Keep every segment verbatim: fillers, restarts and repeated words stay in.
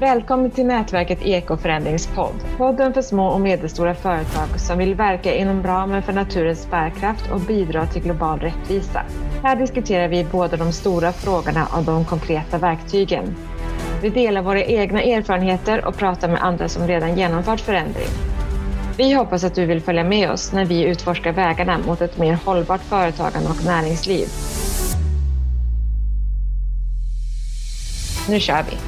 Välkommen till nätverket Ekoförändringspodd. Podden för små och medelstora företag som vill verka inom ramen för naturens bärkraft och bidra till global rättvisa. Här diskuterar vi både de stora frågorna och de konkreta verktygen. Vi delar våra egna erfarenheter och pratar med andra som redan genomfört förändring. Vi hoppas att du vill följa med oss när vi utforskar vägarna mot ett mer hållbart företagande och näringsliv. Nu kör vi!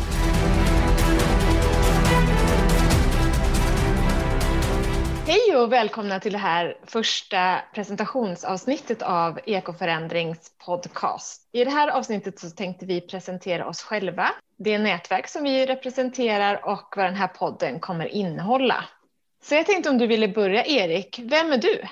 Hej och välkomna till det här första presentationsavsnittet av Ekoförändrings podcast. I det här avsnittet så tänkte vi presentera oss själva, det nätverk som vi representerar och vad den här podden kommer innehålla. Så jag tänkte om du ville börja, Erik. Vem är du?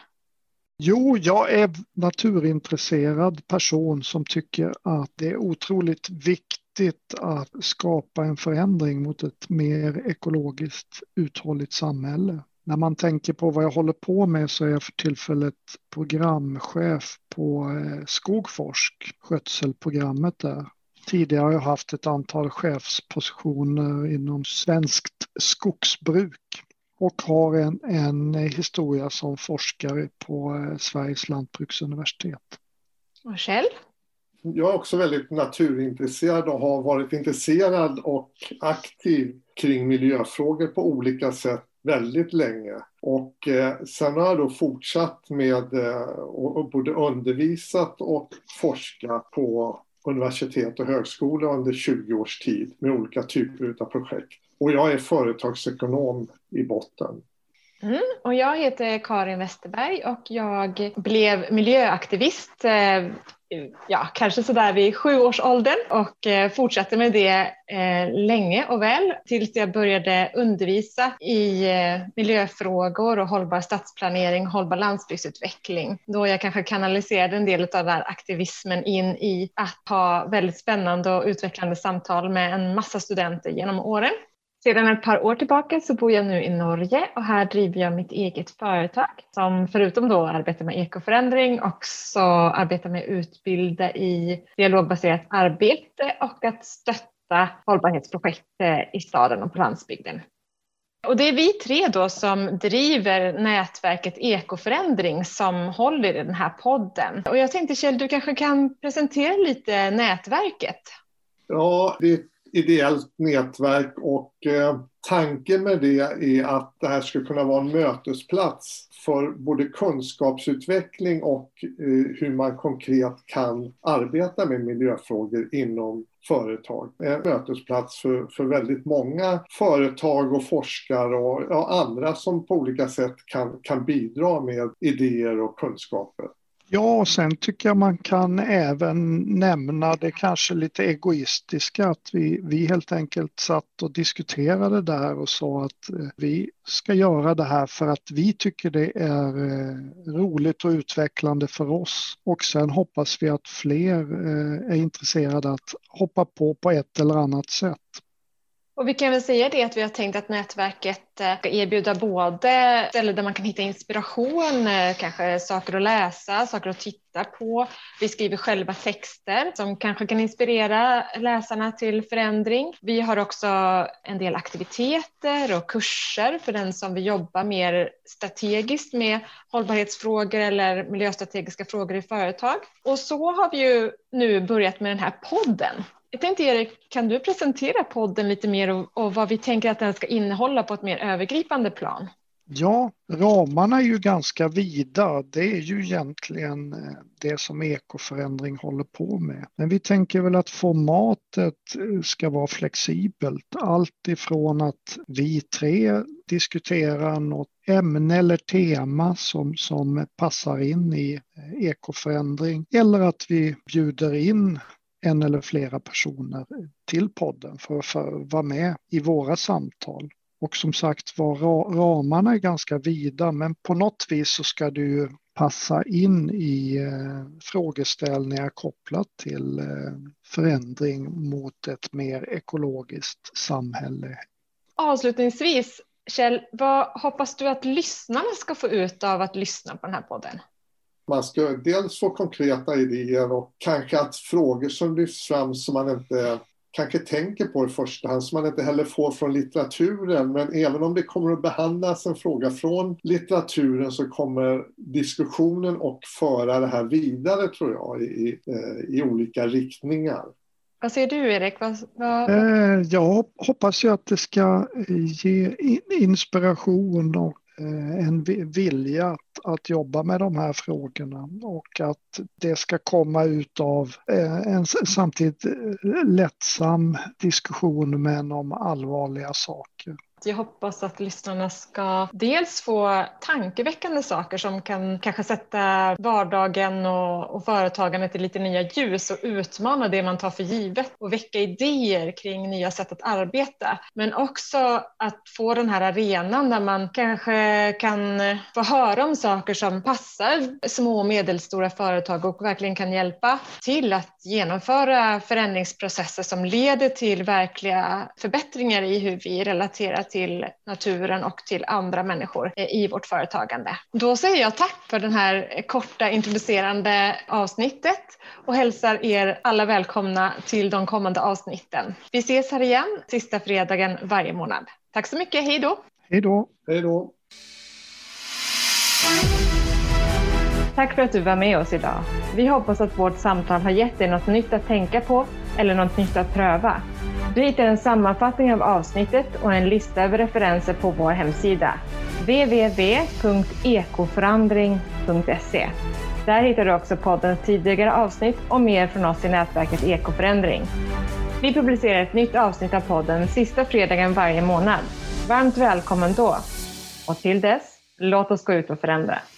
Jo, jag är naturintresserad person som tycker att det är otroligt viktigt att skapa en förändring mot ett mer ekologiskt uthålligt samhälle. När man tänker på vad jag håller på med så är jag för tillfället programchef på Skogforsk, skötselprogrammet där. Tidigare har jag haft ett antal chefspositioner inom svenskt skogsbruk och har en, en historia som forskare på Sveriges lantbruksuniversitet. Och själv? Jag är också väldigt naturintresserad och har varit intresserad och aktiv kring miljöfrågor på olika sätt väldigt länge. Och eh, sen har jag då fortsatt med eh, och, och både undervisat och forskat på universitet och högskola under tjugo års tid med olika typer av projekt. Och jag är företagsekonom i botten. Mm, och jag heter Karin Westerberg och jag blev miljöaktivist eh, ja, kanske sådär vid sju års åldern och eh, fortsatte med det eh, länge och väl tills jag började undervisa i eh, miljöfrågor och hållbar stadsplanering, hållbar landsbygdsutveckling. Då jag kanske kanaliserade en del av den här aktivismen in i att ha väldigt spännande och utvecklande samtal med en massa studenter genom åren. Sedan ett par år tillbaka så bor jag nu i Norge och här driver jag mitt eget företag som förutom då arbetar med ekoförändring också arbetar med att utbilda i dialogbaserat arbete och att stötta hållbarhetsprojekt i staden och på landsbygden. Och det är vi tre då som driver nätverket Ekoförändring som håller i den här podden. Och jag tänkte Kjell, du kanske kan presentera lite nätverket? Ja, det är ideellt nätverk och eh, tanken med det är att det här ska kunna vara en mötesplats för både kunskapsutveckling och eh, hur man konkret kan arbeta med miljöfrågor inom företag. En mötesplats för, för väldigt många företag och forskare och ja, andra som på olika sätt kan, kan bidra med idéer och kunskaper. Ja, och sen tycker jag man kan även nämna det kanske lite egoistiska att vi, vi helt enkelt satt och diskuterade där och sa att vi ska göra det här för att vi tycker det är roligt och utvecklande för oss. Och sen hoppas vi att fler är intresserade att hoppa på på ett eller annat sätt. Och vi kan väl säga det att vi har tänkt att nätverket ska erbjuda både ställen där man kan hitta inspiration, kanske saker att läsa, saker att titta på. Vi skriver själva texter som kanske kan inspirera läsarna till förändring. Vi har också en del aktiviteter och kurser för den som vill jobba mer strategiskt med hållbarhetsfrågor eller miljöstrategiska frågor i företag. Och så har vi ju nu börjat med den här podden. Jag tänkte Erik, kan du presentera podden lite mer och, och vad vi tänker att den ska innehålla på ett mer övergripande plan? Ja, ramarna är ju ganska vida. Det är ju egentligen det som ekoförändring håller på med. Men vi tänker väl att formatet ska vara flexibelt. Allt ifrån att vi tre diskuterar något ämne eller tema som, som passar in i ekoförändring. Eller att vi bjuder in en eller flera personer till podden för att vara med i våra samtal. Och som sagt var, ramarna är ganska vida men på något vis så ska det ju passa in i eh, frågeställningar kopplat till eh, förändring mot ett mer ekologiskt samhälle. Avslutningsvis, Kjell, vad hoppas du att lyssnarna ska få ut av att lyssna på den här podden? Man ska dels få konkreta idéer och kanske att frågor som lyfts fram som man inte kanske tänker på i första hand, som man inte heller får från litteraturen. Men även om det kommer att behandlas en fråga från litteraturen så kommer diskussionen och föra det här vidare, tror jag, i, i olika riktningar. Vad säger du, Erik? Vad, vad... Jag hoppas ju att det ska ge inspiration och en vilja att, att jobba med de här frågorna och att det ska komma ut av en samtidigt lättsam diskussion men om allvarliga saker. Jag hoppas att lyssnarna ska dels få tankeväckande saker som kan kanske sätta vardagen och, och företagandet i lite nya ljus och utmana det man tar för givet och väcka idéer kring nya sätt att arbeta. Men också att få den här arenan där man kanske kan få höra om saker som passar små och medelstora företag och verkligen kan hjälpa till att genomföra förändringsprocesser som leder till verkliga förbättringar i hur vi relaterar till naturen och till andra människor i vårt företagande. Då säger jag tack för den här korta introducerande avsnittet och hälsar er alla välkomna till de kommande avsnitten. Vi ses här igen sista fredagen varje månad. Tack så mycket, hej då! Hej då! Hej då! Tack för att du var med oss idag. Vi hoppas att vårt samtal har gett dig något nytt att tänka på eller något nytt att pröva. Du hittar en sammanfattning av avsnittet och en lista över referenser på vår hemsida w w w punkt ekoförandring punkt se. Där hittar du också poddens tidigare avsnitt och mer från oss i nätverket Ekoförändring. Vi publicerar ett nytt avsnitt av podden sista fredagen varje månad. Varmt välkommen då! Och till dess, låt oss gå ut och förändra.